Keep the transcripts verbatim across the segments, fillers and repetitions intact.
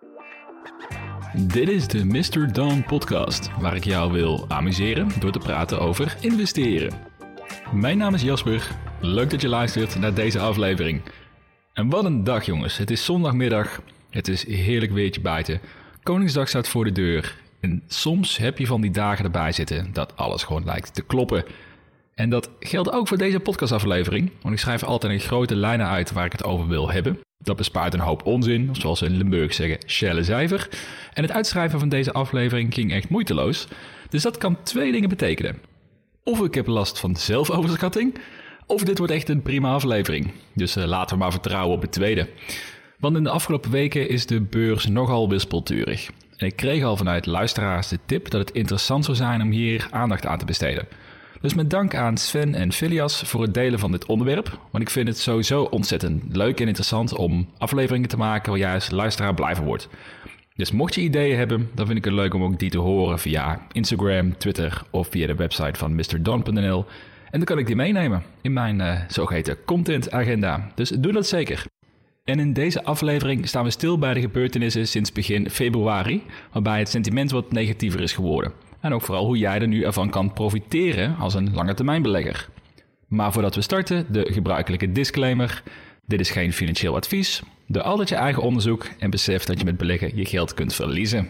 Dit is de mister Don podcast, waar ik jou wil amuseren door te praten over investeren. Mijn naam is Jasper, leuk dat je luistert naar deze aflevering. En wat een dag jongens, het is zondagmiddag, het is heerlijk weertje buiten, Koningsdag staat voor de deur. En soms heb je van die dagen erbij zitten dat alles gewoon lijkt te kloppen. En dat geldt ook voor deze podcastaflevering, want ik schrijf altijd in grote lijnen uit waar ik het over wil hebben. Dat bespaart een hoop onzin, of zoals ze in Limburg zeggen, schellecijfer. En het uitschrijven van deze aflevering ging echt moeiteloos. Dus dat kan twee dingen betekenen. Of ik heb last van zelfoverschatting, of dit wordt echt een prima aflevering. Dus uh, laten we maar vertrouwen op het tweede. Want in de afgelopen weken is de beurs nogal wispelturig. En ik kreeg al vanuit luisteraars de tip dat het interessant zou zijn om hier aandacht aan te besteden. Dus met dank aan Sven en Phileas voor het delen van dit onderwerp. Want ik vind het sowieso ontzettend leuk en interessant om afleveringen te maken waar jij als luisteraar blij van wordt. Dus mocht je ideeën hebben, dan vind ik het leuk om ook die te horen via Instagram, Twitter of via de website van mister don punt n l. En dan kan ik die meenemen in mijn uh, zogeheten content agenda. Dus doe dat zeker. En in deze aflevering staan we stil bij de gebeurtenissen sinds begin februari, waarbij het sentiment wat negatiever is geworden. En ook vooral hoe jij er nu ervan kan profiteren als een langetermijnbelegger. Maar voordat we starten, de gebruikelijke disclaimer. Dit is geen financieel advies. Doe altijd je eigen onderzoek en besef dat je met beleggen je geld kunt verliezen.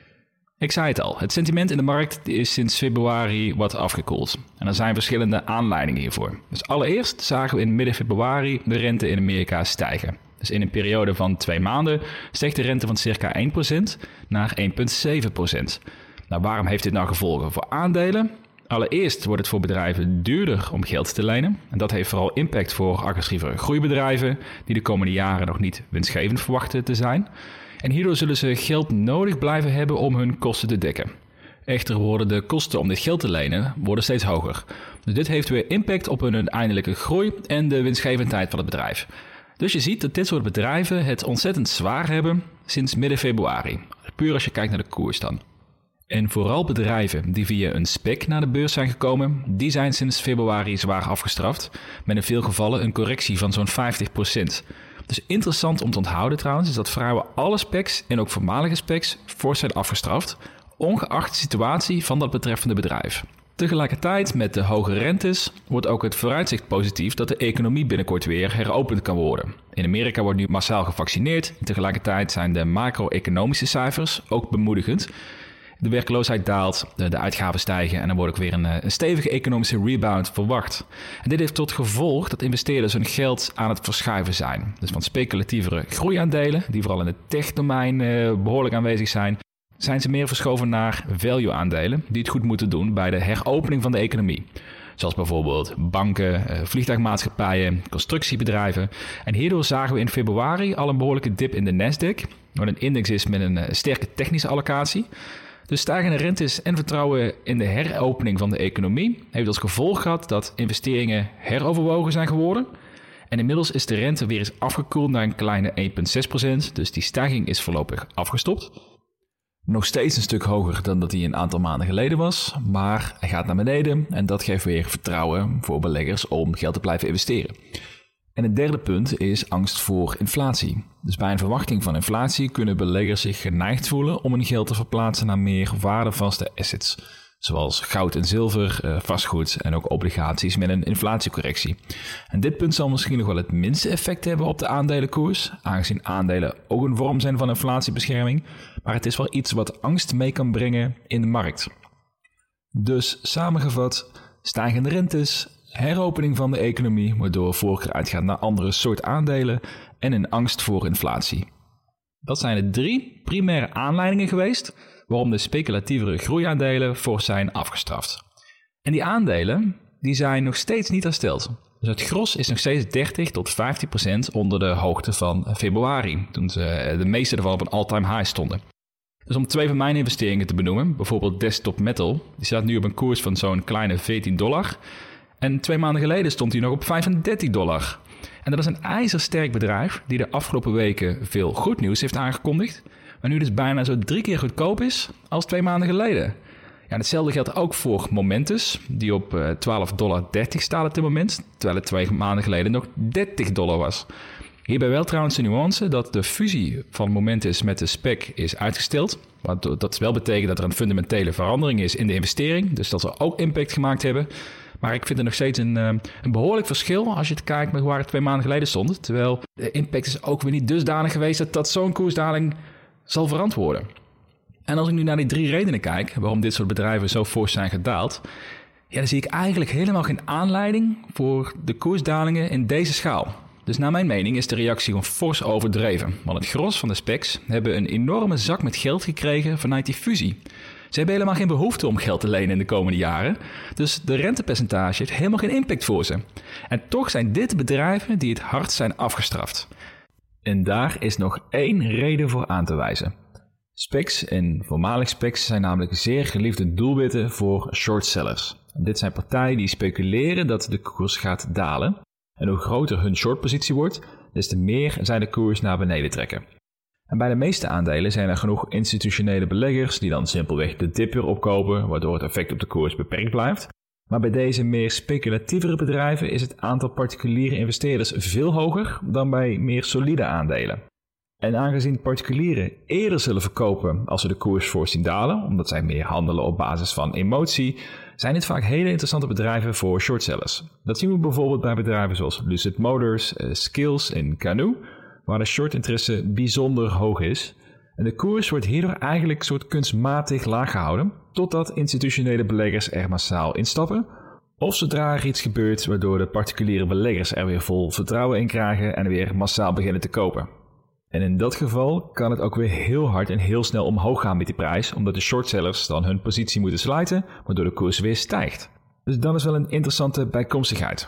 Ik zei het al, het sentiment in de markt is sinds februari wat afgekoeld. En er zijn verschillende aanleidingen hiervoor. Dus allereerst zagen we in midden februari de rente in Amerika stijgen. Dus in een periode van twee maanden steeg de rente van circa één procent naar één komma zeven procent. Nou, waarom heeft dit nou gevolgen voor aandelen? Allereerst wordt het voor bedrijven duurder om geld te lenen. En dat heeft vooral impact voor agressievere groeibedrijven die de komende jaren nog niet winstgevend verwachten te zijn. En hierdoor zullen ze geld nodig blijven hebben om hun kosten te dekken. Echter worden de kosten om dit geld te lenen worden steeds hoger. Dus dit heeft weer impact op hun uiteindelijke groei en de winstgevendheid van het bedrijf. Dus je ziet dat dit soort bedrijven het ontzettend zwaar hebben sinds midden februari. Puur als je kijkt naar de koers dan. En vooral bedrijven die via een spec naar de beurs zijn gekomen, die zijn sinds februari zwaar afgestraft. Met in veel gevallen een correctie van zo'n vijftig procent. Dus interessant om te onthouden trouwens, is dat vrijwel alle specs en ook voormalige specs fors zijn afgestraft, ongeacht de situatie van dat betreffende bedrijf. Tegelijkertijd met de hoge rentes wordt ook het vooruitzicht positief dat de economie binnenkort weer heropend kan worden. In Amerika wordt nu massaal gevaccineerd en tegelijkertijd zijn de macro-economische cijfers ook bemoedigend. De werkloosheid daalt, de uitgaven stijgen en er wordt ook weer een, een stevige economische rebound verwacht. En dit heeft tot gevolg dat investeerders hun geld aan het verschuiven zijn. Dus van speculatievere groeiaandelen, die vooral in het tech-domein uh, behoorlijk aanwezig zijn, zijn ze meer verschoven naar value-aandelen die het goed moeten doen bij de heropening van de economie. Zoals bijvoorbeeld banken, vliegtuigmaatschappijen, constructiebedrijven. En hierdoor zagen we in februari al een behoorlijke dip in de Nasdaq, wat een index is met een sterke technische allocatie. De stijgende rentes en vertrouwen in de heropening van de economie heeft als gevolg gehad dat investeringen heroverwogen zijn geworden. En inmiddels is de rente weer eens afgekoeld naar een kleine één komma zes procent, dus die stijging is voorlopig afgestopt. Nog steeds een stuk hoger dan dat hij een aantal maanden geleden was, maar hij gaat naar beneden en dat geeft weer vertrouwen voor beleggers om geld te blijven investeren. En het derde punt is angst voor inflatie. Dus bij een verwachting van inflatie kunnen beleggers zich geneigd voelen om hun geld te verplaatsen naar meer waardevaste assets. Zoals goud en zilver, vastgoed en ook obligaties met een inflatiecorrectie. En dit punt zal misschien nog wel het minste effect hebben op de aandelenkoers, aangezien aandelen ook een vorm zijn van inflatiebescherming. Maar het is wel iets wat angst mee kan brengen in de markt. Dus samengevat, stijgende rentes, heropening van de economie, waardoor voorkeur uitgaat naar andere soort aandelen en een angst voor inflatie. Dat zijn de drie primaire aanleidingen geweest waarom de speculatievere groeiaandelen fors zijn afgestraft. En die aandelen die zijn nog steeds niet hersteld. Dus het gros is nog steeds dertig tot vijftien procent onder de hoogte van februari, toen ze de meeste ervan op een all-time high stonden. Dus om twee van mijn investeringen te benoemen, bijvoorbeeld Desktop Metal, die staat nu op een koers van zo'n kleine veertien dollar. En twee maanden geleden stond hij nog op vijfendertig dollar. En dat is een ijzersterk bedrijf die de afgelopen weken veel goed nieuws heeft aangekondigd, maar nu dus bijna zo drie keer goedkoop is als twee maanden geleden. Ja, hetzelfde geldt ook voor Momentus, die op uh, twaalf dollar dertig staat op dit moment, terwijl het twee maanden geleden nog dertig dollar was. Hierbij wel trouwens de nuance dat de fusie van Momentus met de S P E C is uitgesteld. Wat dat wel betekent dat er een fundamentele verandering is in de investering. Dus dat ze ook impact gemaakt hebben. Maar ik vind er nog steeds een, een behoorlijk verschil als je het kijkt met waar het twee maanden geleden stond. Terwijl de impact is ook weer niet dusdanig geweest dat dat zo'n koersdaling zal verantwoorden. En als ik nu naar die drie redenen kijk waarom dit soort bedrijven zo fors zijn gedaald, ja, dan zie ik eigenlijk helemaal geen aanleiding voor de koersdalingen in deze schaal. Dus naar mijn mening is de reactie gewoon fors overdreven. Want het gros van de specs hebben een enorme zak met geld gekregen vanuit die fusie. Ze hebben helemaal geen behoefte om geld te lenen in de komende jaren. Dus de rentepercentage heeft helemaal geen impact voor ze. En toch zijn dit bedrijven die het hardst zijn afgestraft. En daar is nog één reden voor aan te wijzen. Specs en voormalig specs zijn namelijk zeer geliefde doelwitten voor shortsellers. Dit zijn partijen die speculeren dat de koers gaat dalen. En hoe groter hun shortpositie wordt, des te meer zij de koers naar beneden trekken. En bij de meeste aandelen zijn er genoeg institutionele beleggers die dan simpelweg de dip weer opkopen, waardoor het effect op de koers beperkt blijft. Maar bij deze meer speculatievere bedrijven is het aantal particuliere investeerders veel hoger dan bij meer solide aandelen. En aangezien particulieren eerder zullen verkopen als ze de koers voor zien dalen, omdat zij meer handelen op basis van emotie, zijn dit vaak hele interessante bedrijven voor shortsellers. Dat zien we bijvoorbeeld bij bedrijven zoals Lucid Motors, Skills en Canoo, waar de shortinteresse bijzonder hoog is. En de koers wordt hierdoor eigenlijk soort kunstmatig laag gehouden, totdat institutionele beleggers er massaal instappen, of zodra er iets gebeurt waardoor de particuliere beleggers er weer vol vertrouwen in krijgen en weer massaal beginnen te kopen. En in dat geval kan het ook weer heel hard en heel snel omhoog gaan met die prijs, omdat de shortsellers dan hun positie moeten sluiten, waardoor de koers weer stijgt. Dus dat is wel een interessante bijkomstigheid.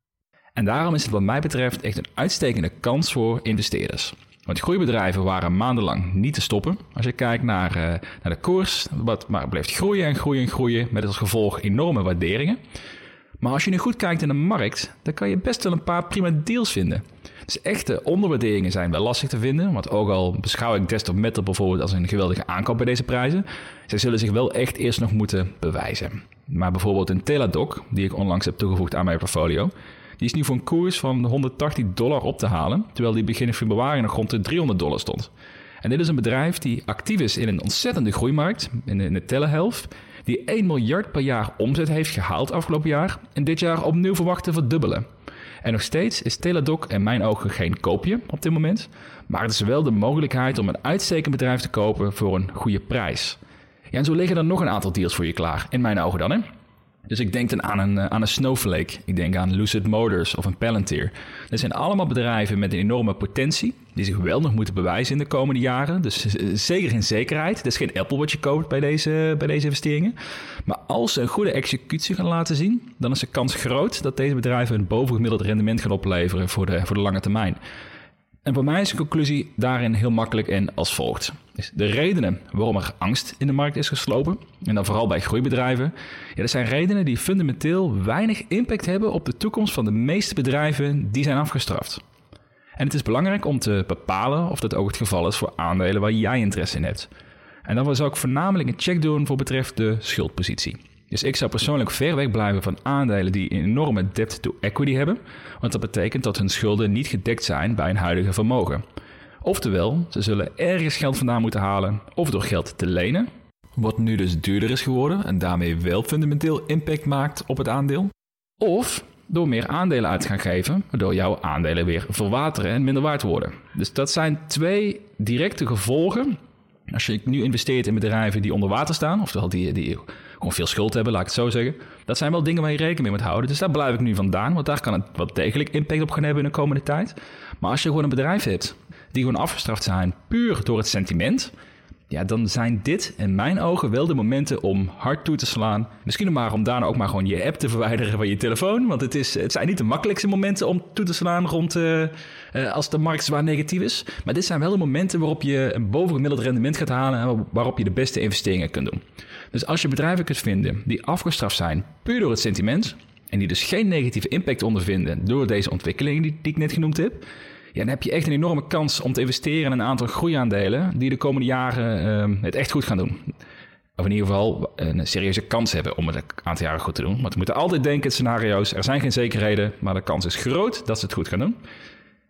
En daarom is het wat mij betreft echt een uitstekende kans voor investeerders. Want groeibedrijven waren maandenlang niet te stoppen. Als je kijkt naar, uh, naar de koers, wat maar bleef groeien en groeien en groeien, met als gevolg enorme waarderingen. Maar als je nu goed kijkt in de markt, dan kan je best wel een paar prima deals vinden. Dus echte onderwaarderingen zijn wel lastig te vinden, want ook al beschouw ik Desktop Metal bijvoorbeeld als een geweldige aankoop bij deze prijzen, zij zullen zich wel echt eerst nog moeten bewijzen. Maar bijvoorbeeld een Teladoc, die ik onlangs heb toegevoegd aan mijn portfolio, die is nu voor een koers van honderdtachtig dollar op te halen, terwijl die begin februari nog rond de driehonderd dollar stond. En dit is een bedrijf die actief is in een ontzettende groeimarkt, in de, in de telehealth, die één miljard per jaar omzet heeft gehaald afgelopen jaar en dit jaar opnieuw verwacht te verdubbelen. En nog steeds is Teladoc in mijn ogen geen koopje op dit moment, maar het is wel de mogelijkheid om een uitstekend bedrijf te kopen voor een goede prijs. Ja, en zo liggen er nog een aantal deals voor je klaar, in mijn ogen dan, hè. Dus ik denk dan aan een, aan een Snowflake, ik denk aan Lucid Motors of een Palantir. Dat zijn allemaal bedrijven met een enorme potentie, die zich wel nog moeten bewijzen in de komende jaren. Dus zeker geen zekerheid. Het is geen Apple wat je koopt bij deze, bij deze investeringen. Maar als ze een goede executie gaan laten zien, dan is de kans groot dat deze bedrijven een bovengemiddeld rendement gaan opleveren voor de, voor de lange termijn. En voor mij is de conclusie daarin heel makkelijk en als volgt. Dus de redenen waarom er angst in de markt is geslopen, en dan vooral bij groeibedrijven, ja, dat zijn redenen die fundamenteel weinig impact hebben op de toekomst van de meeste bedrijven die zijn afgestraft. En het is belangrijk om te bepalen of dat ook het geval is voor aandelen waar jij interesse in hebt. En dan zou ik voornamelijk een check doen voor betreft de schuldpositie. Dus ik zou persoonlijk ver weg blijven van aandelen die een enorme debt to equity hebben, want dat betekent dat hun schulden niet gedekt zijn bij hun huidige vermogen. Oftewel, ze zullen ergens geld vandaan moeten halen of door geld te lenen, wat nu dus duurder is geworden en daarmee wel fundamenteel impact maakt op het aandeel. Of door meer aandelen uit te gaan geven, waardoor jouw aandelen weer verwateren en minder waard worden. Dus dat zijn twee directe gevolgen. Als je nu investeert in bedrijven die onder water staan, oftewel die, die gewoon veel schuld hebben, laat ik het zo zeggen. Dat zijn wel dingen waar je rekening mee moet houden. Dus daar blijf ik nu vandaan, want daar kan het wel degelijk impact op gaan hebben in de komende tijd. Maar als je gewoon een bedrijf hebt die gewoon afgestraft zijn puur door het sentiment, ja, dan zijn dit in mijn ogen wel de momenten om hard toe te slaan. Misschien maar om daarna ook maar gewoon je app te verwijderen van je telefoon. Want het, is, het zijn niet de makkelijkste momenten om toe te slaan rond uh, uh, als de markt zwaar negatief is. Maar dit zijn wel de momenten waarop je een bovengemiddeld rendement gaat halen en waarop je de beste investeringen kunt doen. Dus als je bedrijven kunt vinden die afgestraft zijn puur door het sentiment en die dus geen negatieve impact ondervinden door deze ontwikkelingen die, die ik net genoemd heb, ja, dan heb je echt een enorme kans om te investeren in een aantal groeiaandelen die de komende jaren uh, het echt goed gaan doen. Of in ieder geval een serieuze kans hebben om het een aantal jaren goed te doen. Want we moeten altijd denken in scenario's, er zijn geen zekerheden, maar de kans is groot dat ze het goed gaan doen.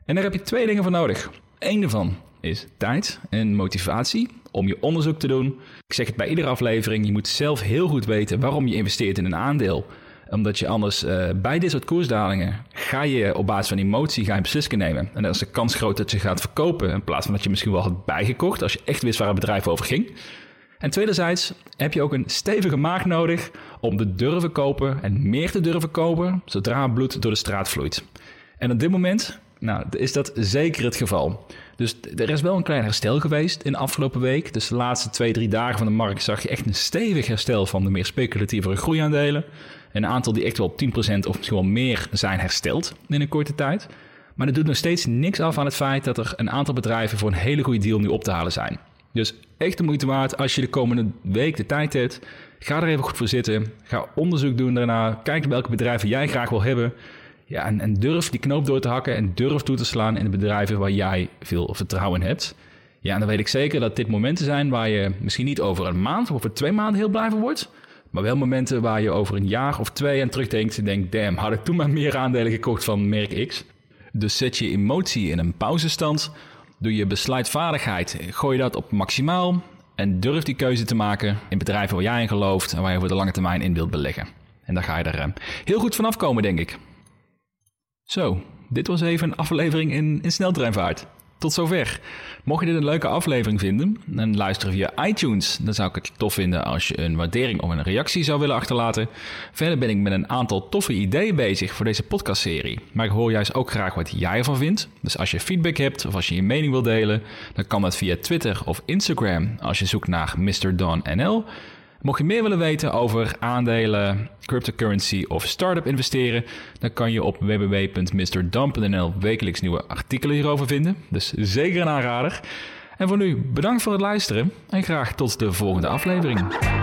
En daar heb je twee dingen voor nodig. Eén daarvan is tijd en motivatie om je onderzoek te doen. Ik zeg het bij iedere aflevering, je moet zelf heel goed weten waarom je investeert in een aandeel. Omdat je anders uh, bij dit soort koersdalingen ga je op basis van emotie ga je beslissingen nemen. En dan is de kans groot dat je gaat verkopen in plaats van dat je misschien wel had bijgekocht als je echt wist waar het bedrijf over ging. En tweederzijds heb je ook een stevige maag nodig om te durven kopen en meer te durven kopen zodra het bloed door de straat vloeit. En op dit moment nou, is dat zeker het geval. Dus er is wel een klein herstel geweest in de afgelopen week. Dus de laatste twee, drie dagen van de markt zag je echt een stevig herstel van de meer speculatievere groeiaandelen. Een aantal die echt wel op tien procent of misschien wel meer zijn hersteld in een korte tijd. Maar dat doet nog steeds niks af aan het feit dat er een aantal bedrijven voor een hele goede deal nu op te halen zijn. Dus echt de moeite waard als je de komende week de tijd hebt. Ga er even goed voor zitten. Ga onderzoek doen daarna. Kijk welke bedrijven jij graag wil hebben. Ja, en, en durf die knoop door te hakken en durf toe te slaan in de bedrijven waar jij veel vertrouwen in hebt. Ja, en dan weet ik zeker dat dit momenten zijn waar je misschien niet over een maand of over twee maanden heel blij van wordt. Maar wel momenten waar je over een jaar of twee aan terugdenkt en denkt, damn, had ik toen maar meer aandelen gekocht van merk X. Dus zet je emotie in een pauzestand. Doe je besluitvaardigheid, gooi je dat op maximaal. En durf die keuze te maken in bedrijven waar jij in gelooft en waar je voor de lange termijn in wilt beleggen. En daar ga je er heel goed vanaf komen, denk ik. Zo, dit was even een aflevering in, in sneltreinvaart. Tot zover. Mocht je dit een leuke aflevering vinden en luisteren via iTunes, dan zou ik het tof vinden als je een waardering of een reactie zou willen achterlaten. Verder ben ik met een aantal toffe ideeën bezig voor deze podcastserie. Maar ik hoor juist ook graag wat jij ervan vindt. Dus als je feedback hebt of als je je mening wil delen, dan kan dat via Twitter of Instagram als je zoekt naar mister Don N L. Mocht je meer willen weten over aandelen, cryptocurrency of start-up investeren, dan kan je op w w w punt mister don punt n l wekelijks nieuwe artikelen hierover vinden. Dus zeker een aanrader. En voor nu bedankt voor het luisteren en graag tot de volgende aflevering.